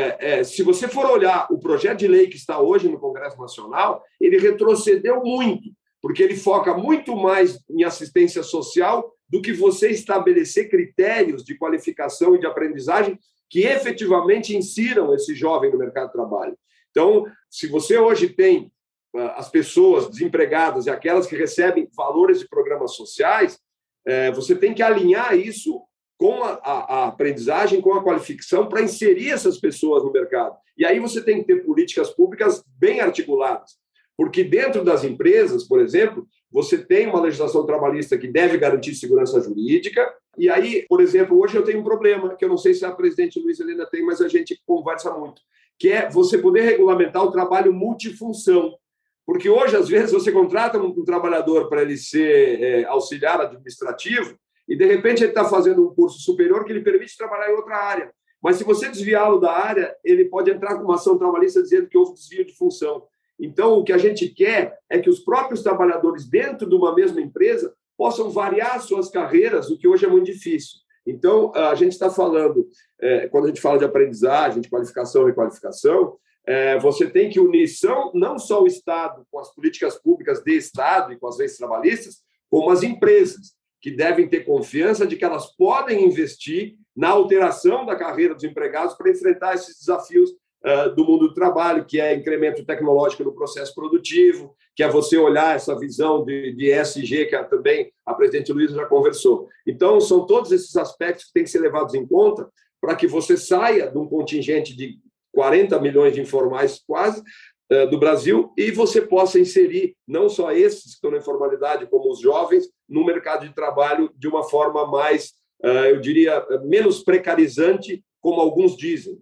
Se você for olhar o projeto de lei que está hoje no Congresso Nacional, ele retrocedeu muito, porque ele foca muito mais em assistência social do que você estabelecer critérios de qualificação e de aprendizagem que efetivamente insiram esse jovem no mercado de trabalho. Então, se você hoje tem as pessoas desempregadas e aquelas que recebem valores de programas sociais, você tem que alinhar isso com a aprendizagem, com a qualificação, para inserir essas pessoas no mercado. E aí você tem que ter políticas públicas bem articuladas, porque dentro das empresas, por exemplo, você tem uma legislação trabalhista que deve garantir segurança jurídica, e aí, por exemplo, hoje eu tenho um problema, que eu não sei se a presidente Luiza Helena tem, mas a gente conversa muito, que é você poder regulamentar o trabalho multifunção. Porque hoje, às vezes, você contrata um trabalhador para ele ser auxiliar administrativo, e, de repente, ele está fazendo um curso superior que lhe permite trabalhar em outra área. Mas, se você desviá-lo da área, ele pode entrar com uma ação trabalhista dizendo que houve desvio de função. Então, o que a gente quer é que os próprios trabalhadores, dentro de uma mesma empresa, possam variar suas carreiras, o que hoje é muito difícil. Então, a gente está falando, quando a gente fala de aprendizagem, de qualificação e requalificação, você tem que unir não só o Estado com as políticas públicas de Estado e com as leis trabalhistas, como as empresas, que devem ter confiança de que elas podem investir na alteração da carreira dos empregados para enfrentar esses desafios do mundo do trabalho, que é incremento tecnológico no processo produtivo, que é você olhar essa visão de ESG, que também a presidente Luiza já conversou. Então, são todos esses aspectos que têm que ser levados em conta para que você saia de um contingente de 40 milhões de informais quase, do Brasil, e você possa inserir não só esses que estão na informalidade, como os jovens, no mercado de trabalho de uma forma mais, eu diria, menos precarizante, como alguns dizem,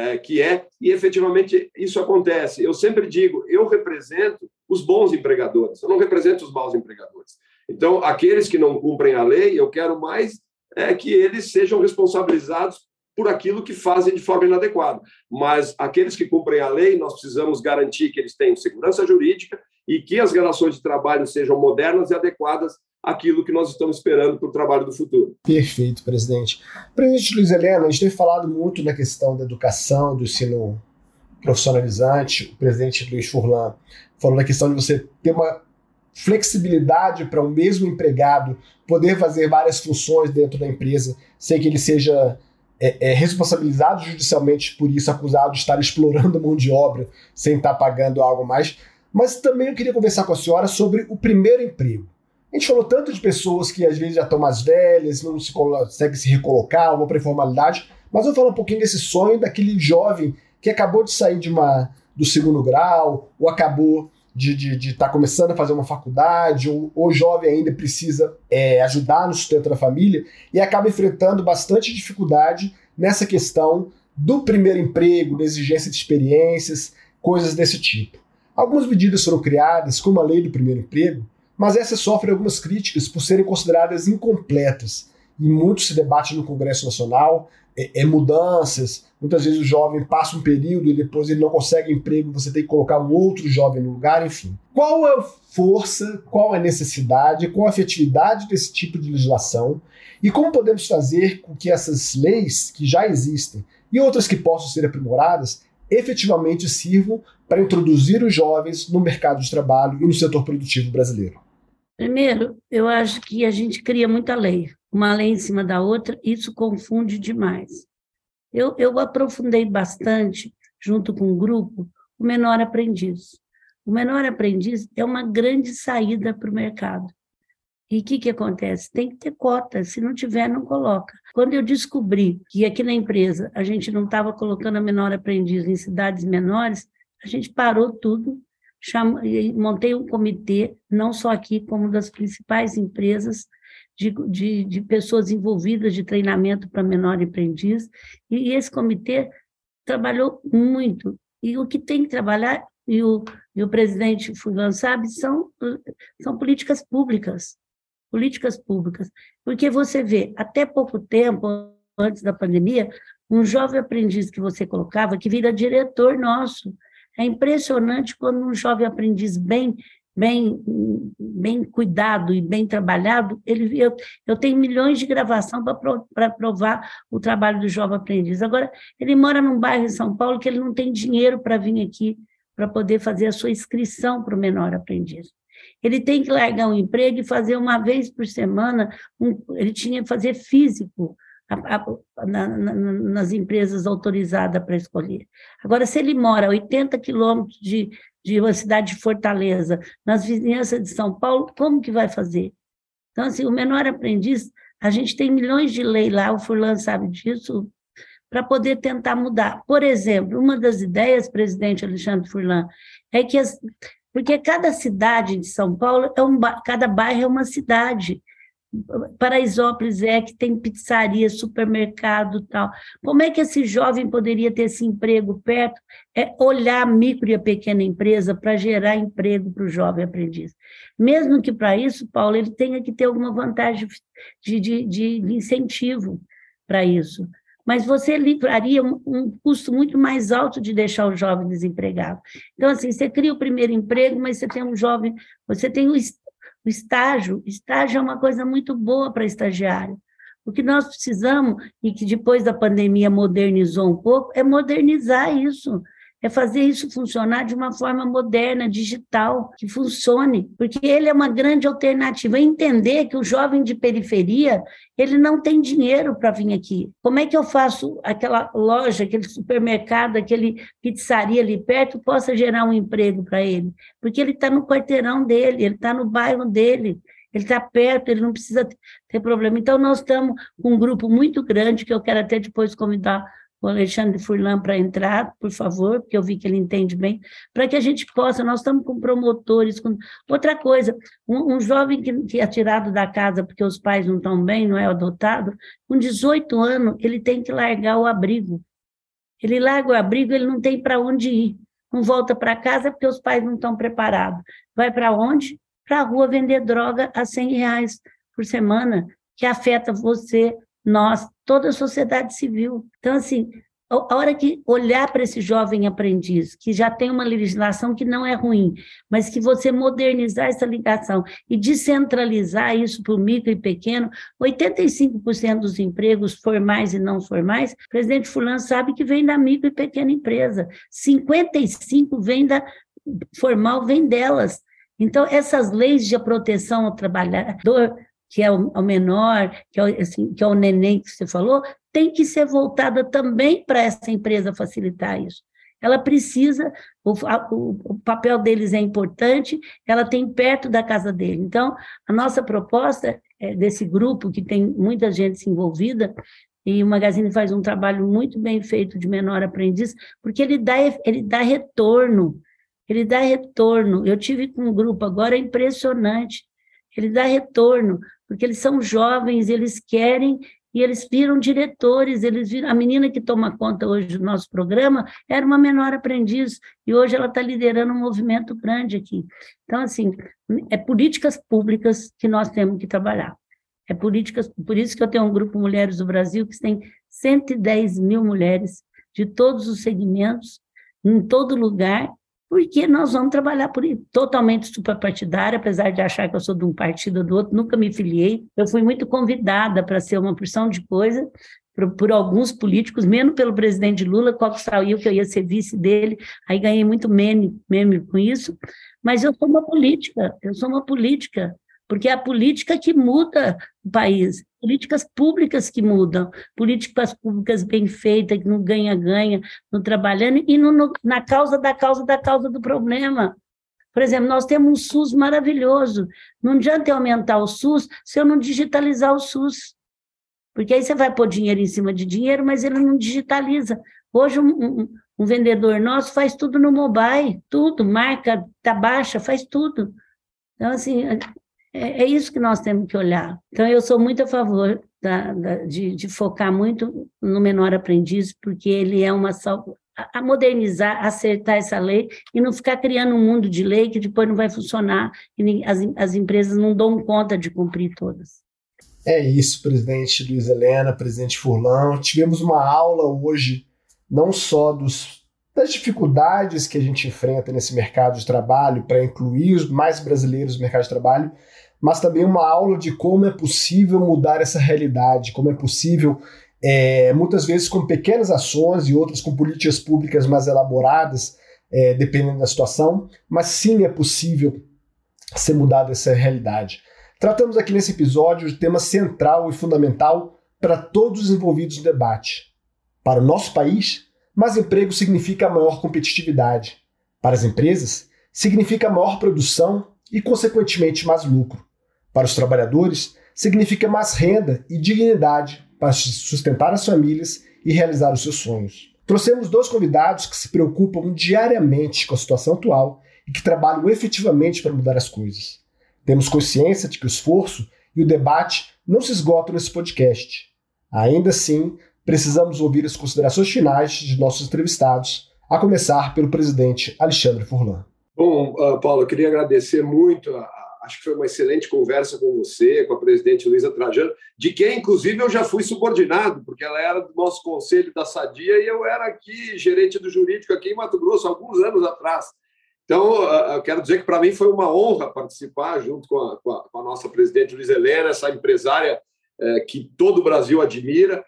e efetivamente isso acontece. Eu sempre digo, eu represento os bons empregadores, eu não represento os maus empregadores. Então, aqueles que não cumprem a lei, eu quero mais que eles sejam responsabilizados por aquilo que fazem de forma inadequada. Mas aqueles que cumprem a lei, nós precisamos garantir que eles tenham segurança jurídica e que as relações de trabalho sejam modernas e adequadas àquilo que nós estamos esperando para o trabalho do futuro. Perfeito, presidente. Presidente Luiz Helena, a gente tem falado muito na questão da educação, do ensino profissionalizante. O presidente Luiz Furlan falou na questão de você ter uma flexibilidade para o mesmo empregado poder fazer várias funções dentro da empresa sem que ele seja responsabilizado judicialmente por isso, acusado de estar explorando a mão de obra sem estar pagando algo mais. Mas também eu queria conversar com a senhora sobre o primeiro emprego. A gente falou tanto de pessoas que às vezes já estão mais velhas, não se conseguem se recolocar, vão para a informalidade, mas eu vou falar um pouquinho desse sonho daquele jovem que acabou de sair do segundo grau, ou acabou de estar começando a fazer uma faculdade, ou jovem ainda precisa ajudar no sustento da família e acaba enfrentando bastante dificuldade nessa questão do primeiro emprego, da exigência de experiências, coisas desse tipo. Algumas medidas foram criadas, como a lei do primeiro emprego, mas essas sofrem algumas críticas por serem consideradas incompletas. E muito se debate no Congresso Nacional, mudanças, muitas vezes o jovem passa um período e depois ele não consegue emprego, você tem que colocar um outro jovem no lugar, enfim. Qual é a força, qual é a necessidade, qual a efetividade desse tipo de legislação e como podemos fazer com que essas leis que já existem e outras que possam ser aprimoradas efetivamente sirvam para introduzir os jovens no mercado de trabalho e no setor produtivo brasileiro? Primeiro, eu acho que a gente cria muita lei, uma lei em cima da outra, isso confunde demais. Eu aprofundei bastante, junto com o grupo, o menor aprendiz. O menor aprendiz é uma grande saída para o mercado. E o que acontece? Tem que ter cota, se não tiver, não coloca. Quando eu descobri que aqui na empresa a gente não estava colocando a menor aprendiz em cidades menores, a gente parou tudo, montei um comitê, não só aqui, como das principais empresas, de pessoas envolvidas de treinamento para menor aprendiz, e esse comitê trabalhou muito. E o que tem que trabalhar, e o presidente Furlan sabe, são políticas públicas. Políticas públicas. Porque você vê, até pouco tempo, antes da pandemia, um jovem aprendiz que você colocava, que vira diretor nosso. É impressionante quando um jovem aprendiz bem cuidado e bem trabalhado, eu tenho milhões de gravação para provar o trabalho do jovem aprendiz. Agora, ele mora num bairro em São Paulo que ele não tem dinheiro para vir aqui para poder fazer a sua inscrição para o menor aprendiz. Ele tem que largar um emprego e fazer uma vez por semana, ele tinha que fazer físico nas empresas autorizadas para escolher. Agora, se ele mora a 80 quilômetros de uma cidade de Fortaleza, nas vizinhanças de São Paulo, como que vai fazer? Então, assim, o menor aprendiz, a gente tem milhões de leis lá, o Furlan sabe disso, para poder tentar mudar. Por exemplo, uma das ideias, presidente Alexandre Furlan, é que porque cada cidade de São Paulo, cada bairro é uma cidade. Paraisópolis que tem pizzaria, supermercado e tal. Como é que esse jovem poderia ter esse emprego perto? É olhar a micro e a pequena empresa para gerar emprego para o jovem aprendiz. Mesmo que para isso, Paulo, ele tenha que ter alguma vantagem de incentivo para isso. Mas você livraria um custo muito mais alto de deixar o jovem desempregado. Então, assim, você cria o primeiro emprego, mas você tem um jovem, você tem o estágio é uma coisa muito boa para estagiário. O que nós precisamos, e que depois da pandemia modernizou um pouco, é modernizar isso, é fazer isso funcionar de uma forma moderna, digital, que funcione, porque ele é uma grande alternativa. Entender que o jovem de periferia, ele não tem dinheiro para vir aqui. Como é que eu faço aquela loja, aquele supermercado, aquele pizzaria ali perto, possa gerar um emprego para ele? Porque ele está no quarteirão dele, ele está no bairro dele, ele está perto, ele não precisa ter problema. Então, nós estamos com um grupo muito grande, que eu quero até depois convidar o Alexandre Furlan para entrar, por favor, porque eu vi que ele entende bem, para que a gente possa, nós estamos com promotores, outra coisa, um jovem que é tirado da casa porque os pais não estão bem, não é adotado, com 18 anos, ele tem que largar o abrigo. Ele larga o abrigo, ele não tem para onde ir, não volta para casa porque os pais não estão preparados. Vai para onde? Para a rua vender droga a R$100 por semana, que afeta você, nós, toda a sociedade civil. Então, assim, a hora que olhar para esse jovem aprendiz, que já tem uma legislação que não é ruim, mas que você modernizar essa ligação e descentralizar isso para o micro e pequeno, 85% dos empregos formais e não formais, o presidente Fulano sabe que vem da micro e pequena empresa, 55% vem da formal, vem delas. Então, essas leis de proteção ao trabalhador, que é o menor, que é o neném que você falou, tem que ser voltada também para essa empresa facilitar isso. Ela precisa, o papel deles é importante, ela tem perto da casa dele. Então, a nossa proposta desse grupo, que tem muita gente envolvida, e o Magazine faz um trabalho muito bem feito de menor aprendiz, porque ele dá retorno. Ele dá retorno. Eu tive com um grupo agora, é impressionante. Ele dá retorno, porque eles são jovens, eles querem, e eles viram diretores, a menina que toma conta hoje do nosso programa era uma menor aprendiz, e hoje ela está liderando um movimento grande aqui. Então, assim, é políticas públicas que nós temos que trabalhar. Por isso que eu tenho um grupo Mulheres do Brasil, que tem 110 mil mulheres de todos os segmentos, em todo lugar, porque nós vamos trabalhar totalmente superpartidária, apesar de achar que eu sou de um partido ou do outro, nunca me filiei. Eu fui muito convidada para ser uma porção de coisa por alguns políticos, menos pelo presidente Lula, qual que saiu que eu ia ser vice dele, aí ganhei muito meme com isso, mas eu sou uma política, porque é a política que muda o país, políticas públicas que mudam, políticas públicas bem feitas, que não ganha-ganha, no trabalhando, e na causa do problema. Por exemplo, nós temos um SUS maravilhoso, não adianta eu aumentar o SUS se eu não digitalizar o SUS, porque aí você vai pôr dinheiro em cima de dinheiro, mas ele não digitaliza. Hoje um vendedor nosso faz tudo no mobile, tudo, marca da baixa, faz tudo. Então, assim, é isso que nós temos que olhar. Então, eu sou muito a favor de focar muito no menor aprendiz, porque ele é a modernizar, acertar essa lei e não ficar criando um mundo de lei que depois não vai funcionar e as empresas não dão conta de cumprir todas. É isso, presidente Luiza Helena, presidente Furlan. Tivemos uma aula hoje, não só das dificuldades que a gente enfrenta nesse mercado de trabalho para incluir mais brasileiros no mercado de trabalho, mas também uma aula de como é possível mudar essa realidade, como é possível, muitas vezes com pequenas ações e outras com políticas públicas mais elaboradas, dependendo da situação, mas sim é possível ser mudada essa realidade. Tratamos aqui nesse episódio de tema central e fundamental para todos os envolvidos no debate. Para o nosso país, mais emprego significa maior competitividade. Para as empresas, significa maior produção e, consequentemente, mais lucro. Para os trabalhadores, significa mais renda e dignidade para sustentar as famílias e realizar os seus sonhos. Trouxemos 2 convidados que se preocupam diariamente com a situação atual e que trabalham efetivamente para mudar as coisas. Temos consciência de que o esforço e o debate não se esgotam nesse podcast. Ainda assim, precisamos ouvir as considerações finais de nossos entrevistados, a começar pelo presidente Alexandre Furlan. Bom, Paulo, eu queria agradecer muito, acho que foi uma excelente conversa com você, com a presidente Luiza Trajano, de quem, inclusive, eu já fui subordinado, porque ela era do nosso conselho da Sadia e eu era aqui gerente do jurídico aqui em Mato Grosso, alguns anos atrás. Então, eu quero dizer que para mim foi uma honra participar junto com a nossa presidente Luiza Helena, essa empresária que todo o Brasil admira.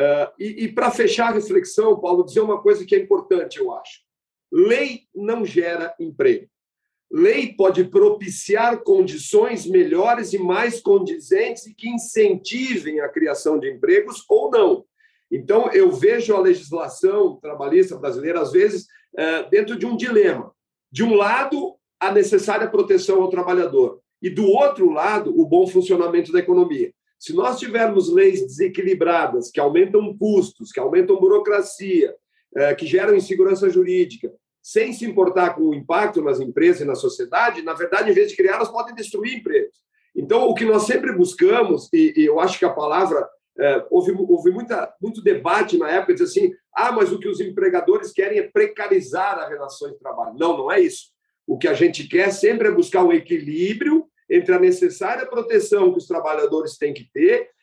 E para fechar a reflexão, Paulo, dizer uma coisa que é importante, eu acho. Lei não gera emprego. Lei pode propiciar condições melhores e mais condizentes e que incentivem a criação de empregos ou não. Então, eu vejo a legislação trabalhista brasileira, às vezes, dentro de um dilema. De um lado, a necessária proteção ao trabalhador, e do outro lado, o bom funcionamento da economia. Se nós tivermos leis desequilibradas, que aumentam custos, que aumentam burocracia, que geram insegurança jurídica, sem se importar com o impacto nas empresas e na sociedade, na verdade, em vez de criar, elas podem destruir empregos. Então, o que nós sempre buscamos, e eu acho que a palavra... houve muito debate na época, dizer assim, mas o que os empregadores querem é precarizar as relações de trabalho. Não, não é isso. O que a gente quer sempre é buscar um equilíbrio entre a necessária proteção que os trabalhadores têm que ter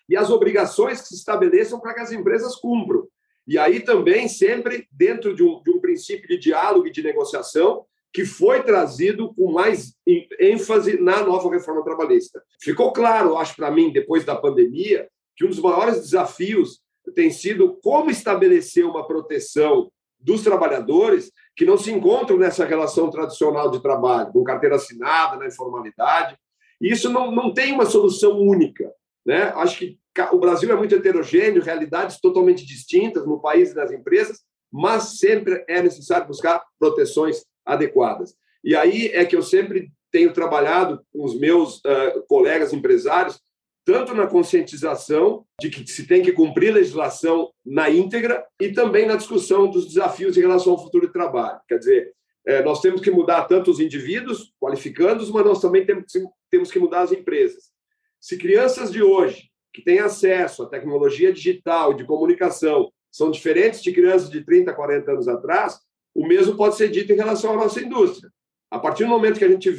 e as obrigações que se estabeleçam para que as empresas cumpram. E aí também sempre dentro de um princípio de diálogo e de negociação que foi trazido com mais ênfase na nova reforma trabalhista. Ficou claro, acho para mim, depois da pandemia, que um dos maiores desafios tem sido como estabelecer uma proteção dos trabalhadores que não se encontram nessa relação tradicional de trabalho, com carteira assinada, na informalidade. E isso não tem uma solução única, né? Acho que o Brasil é muito heterogêneo, realidades totalmente distintas no país e nas empresas, mas sempre é necessário buscar proteções adequadas. E aí é que eu sempre tenho trabalhado com os meus colegas empresários, tanto na conscientização de que se tem que cumprir legislação na íntegra e também na discussão dos desafios em relação ao futuro de trabalho. Quer dizer, nós temos que mudar tanto os indivíduos, qualificando-os, mas nós também temos que mudar as empresas. Se crianças de hoje, que têm acesso à tecnologia digital e de comunicação, são diferentes de crianças de 30, 40 anos atrás, o mesmo pode ser dito em relação à nossa indústria. A partir do momento que a gente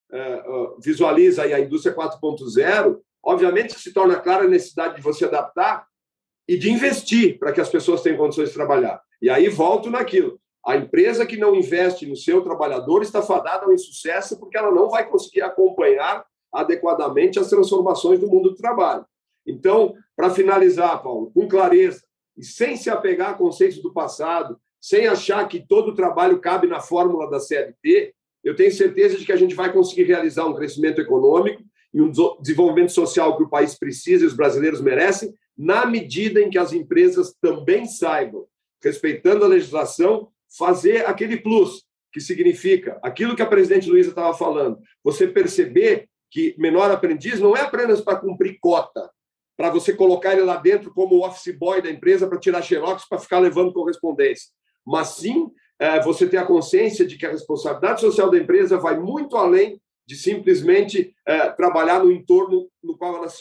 visualiza aí a indústria 4.0, obviamente que se torna clara a necessidade de você adaptar e de investir para que as pessoas tenham condições de trabalhar. E aí volto naquilo. A empresa que não investe no seu trabalhador está fadada ao insucesso porque ela não vai conseguir acompanhar adequadamente as transformações do mundo do trabalho. Então, para finalizar, Paulo, com clareza e sem se apegar a conceitos do passado, sem achar que todo o trabalho cabe na fórmula da CLT, eu tenho certeza de que a gente vai conseguir realizar um crescimento econômico e um desenvolvimento social que o país precisa e os brasileiros merecem, na medida em que as empresas também saibam, respeitando a legislação, fazer aquele plus, que significa aquilo que a presidente Luiza estava falando, você perceber que menor aprendiz não é apenas para cumprir cota, para você colocar ele lá dentro como office boy da empresa para tirar xerox, para ficar levando correspondência, mas sim você ter a consciência de que a responsabilidade social da empresa vai muito além de simplesmente trabalhar no entorno no qual ela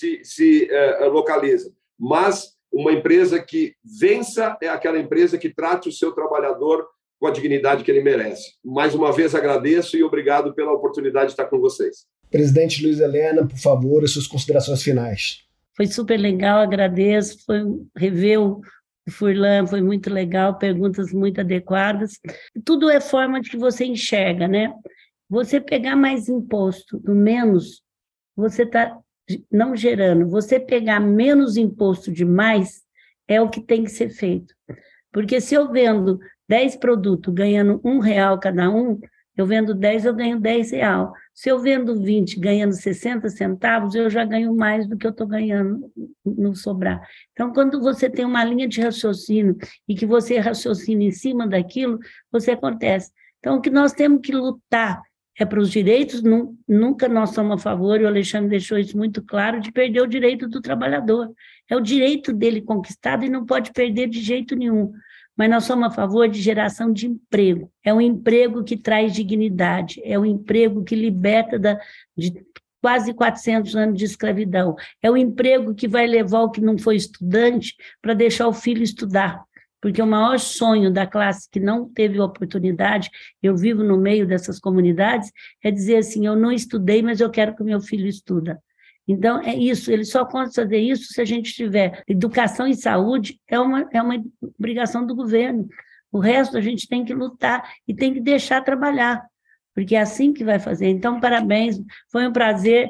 se localiza. Mas uma empresa que vença é aquela empresa que trate o seu trabalhador com a dignidade que ele merece. Mais uma vez agradeço e obrigado pela oportunidade de estar com vocês. Presidente Luiza Helena, por favor, as suas considerações finais. Foi super legal, agradeço. Foi rever o Furlan, foi muito legal, perguntas muito adequadas. Tudo é forma de que você enxerga, né? Você pegar mais imposto do menos, você está não gerando. Você pegar menos imposto de mais é o que tem que ser feito. Porque se eu vendo 10 produtos ganhando R$1 cada um, eu vendo 10, eu ganho R$10. Se eu vendo 20 ganhando 60 centavos, eu já ganho mais do que eu estou ganhando no sobrar. Então, quando você tem uma linha de raciocínio e que você raciocina em cima daquilo, você acontece. Então, o que nós temos que lutar é para os direitos, nunca nós somos a favor, e o Alexandre deixou isso muito claro, de perder o direito do trabalhador. É o direito dele conquistado e não pode perder de jeito nenhum. Mas nós somos a favor de geração de emprego. É um emprego que traz dignidade, é um emprego que liberta de quase 400 anos de escravidão. É o emprego que vai levar o que não foi estudante para deixar o filho estudar. Porque o maior sonho da classe que não teve oportunidade, eu vivo no meio dessas comunidades, é dizer assim, eu não estudei, mas eu quero que o meu filho estuda. Então, é isso, ele só consegue fazer isso se a gente tiver educação e saúde, é uma obrigação do governo. O resto a gente tem que lutar e tem que deixar trabalhar, porque é assim que vai fazer. Então, parabéns, foi um prazer,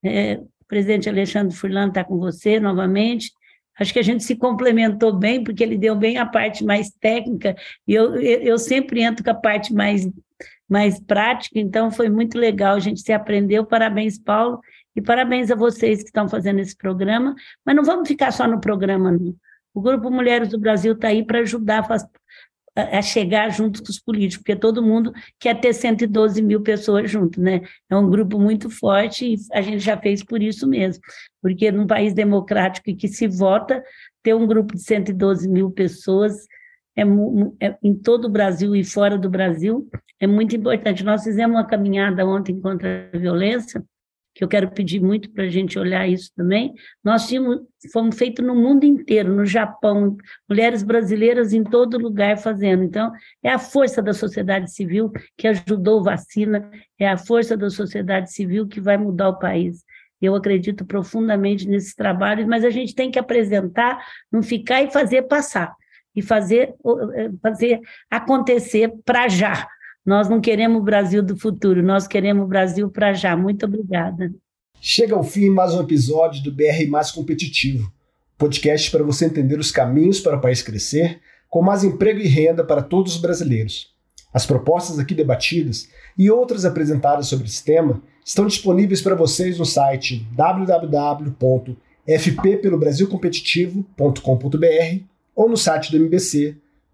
o presidente Alexandre Furlan está com você novamente. Acho que a gente se complementou bem, porque ele deu bem a parte mais técnica, e eu sempre entro com a parte mais prática, então foi muito legal, a gente se aprendeu. Parabéns, Paulo, e parabéns a vocês que estão fazendo esse programa, mas não vamos ficar só no programa, não. O Grupo Mulheres do Brasil está aí para ajudar a chegar junto com os políticos, porque todo mundo quer ter 112 mil pessoas junto, né? É um grupo muito forte e a gente já fez por isso mesmo, porque num país democrático e que se vota, ter um grupo de 112 mil pessoas em todo o Brasil e fora do Brasil é muito importante. Nós fizemos uma caminhada ontem contra a violência, que eu quero pedir muito para a gente olhar isso também. Fomos feitos no mundo inteiro, no Japão, mulheres brasileiras em todo lugar fazendo. Então, é a força da sociedade civil que ajudou vacina, é a força da sociedade civil que vai mudar o país. Eu acredito profundamente nesse trabalho, mas a gente tem que apresentar, não ficar e fazer passar, e fazer acontecer para já. Nós não queremos o Brasil do futuro, nós queremos o Brasil para já. Muito obrigada. Chega ao fim mais um episódio do BR Mais Competitivo, podcast para você entender os caminhos para o país crescer, com mais emprego e renda para todos os brasileiros. As propostas aqui debatidas e outras apresentadas sobre esse tema estão disponíveis para vocês no site www.fppelobrasilcompetitivo.com.br ou no site do MBC,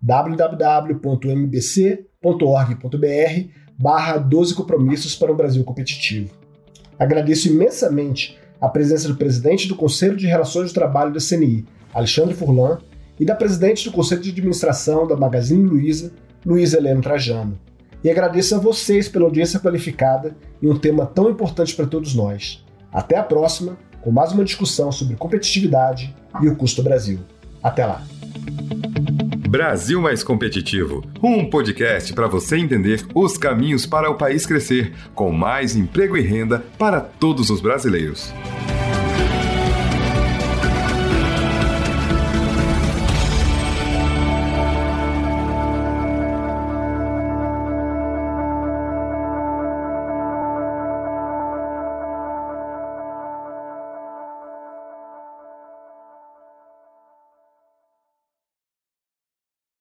www.mbc.org.br/12 compromissos para um Brasil competitivo. Agradeço imensamente a presença do presidente do Conselho de Relações do Trabalho da CNI, Alexandre Furlan, e da presidente do Conselho de Administração da Magazine Luiza, Luiza Helena Trajano. E agradeço a vocês pela audiência qualificada em um tema tão importante para todos nós. Até a próxima, com mais uma discussão sobre competitividade e o custo Brasil. Até lá! Brasil Mais Competitivo, um podcast para você entender os caminhos para o país crescer, com mais emprego e renda para todos os brasileiros.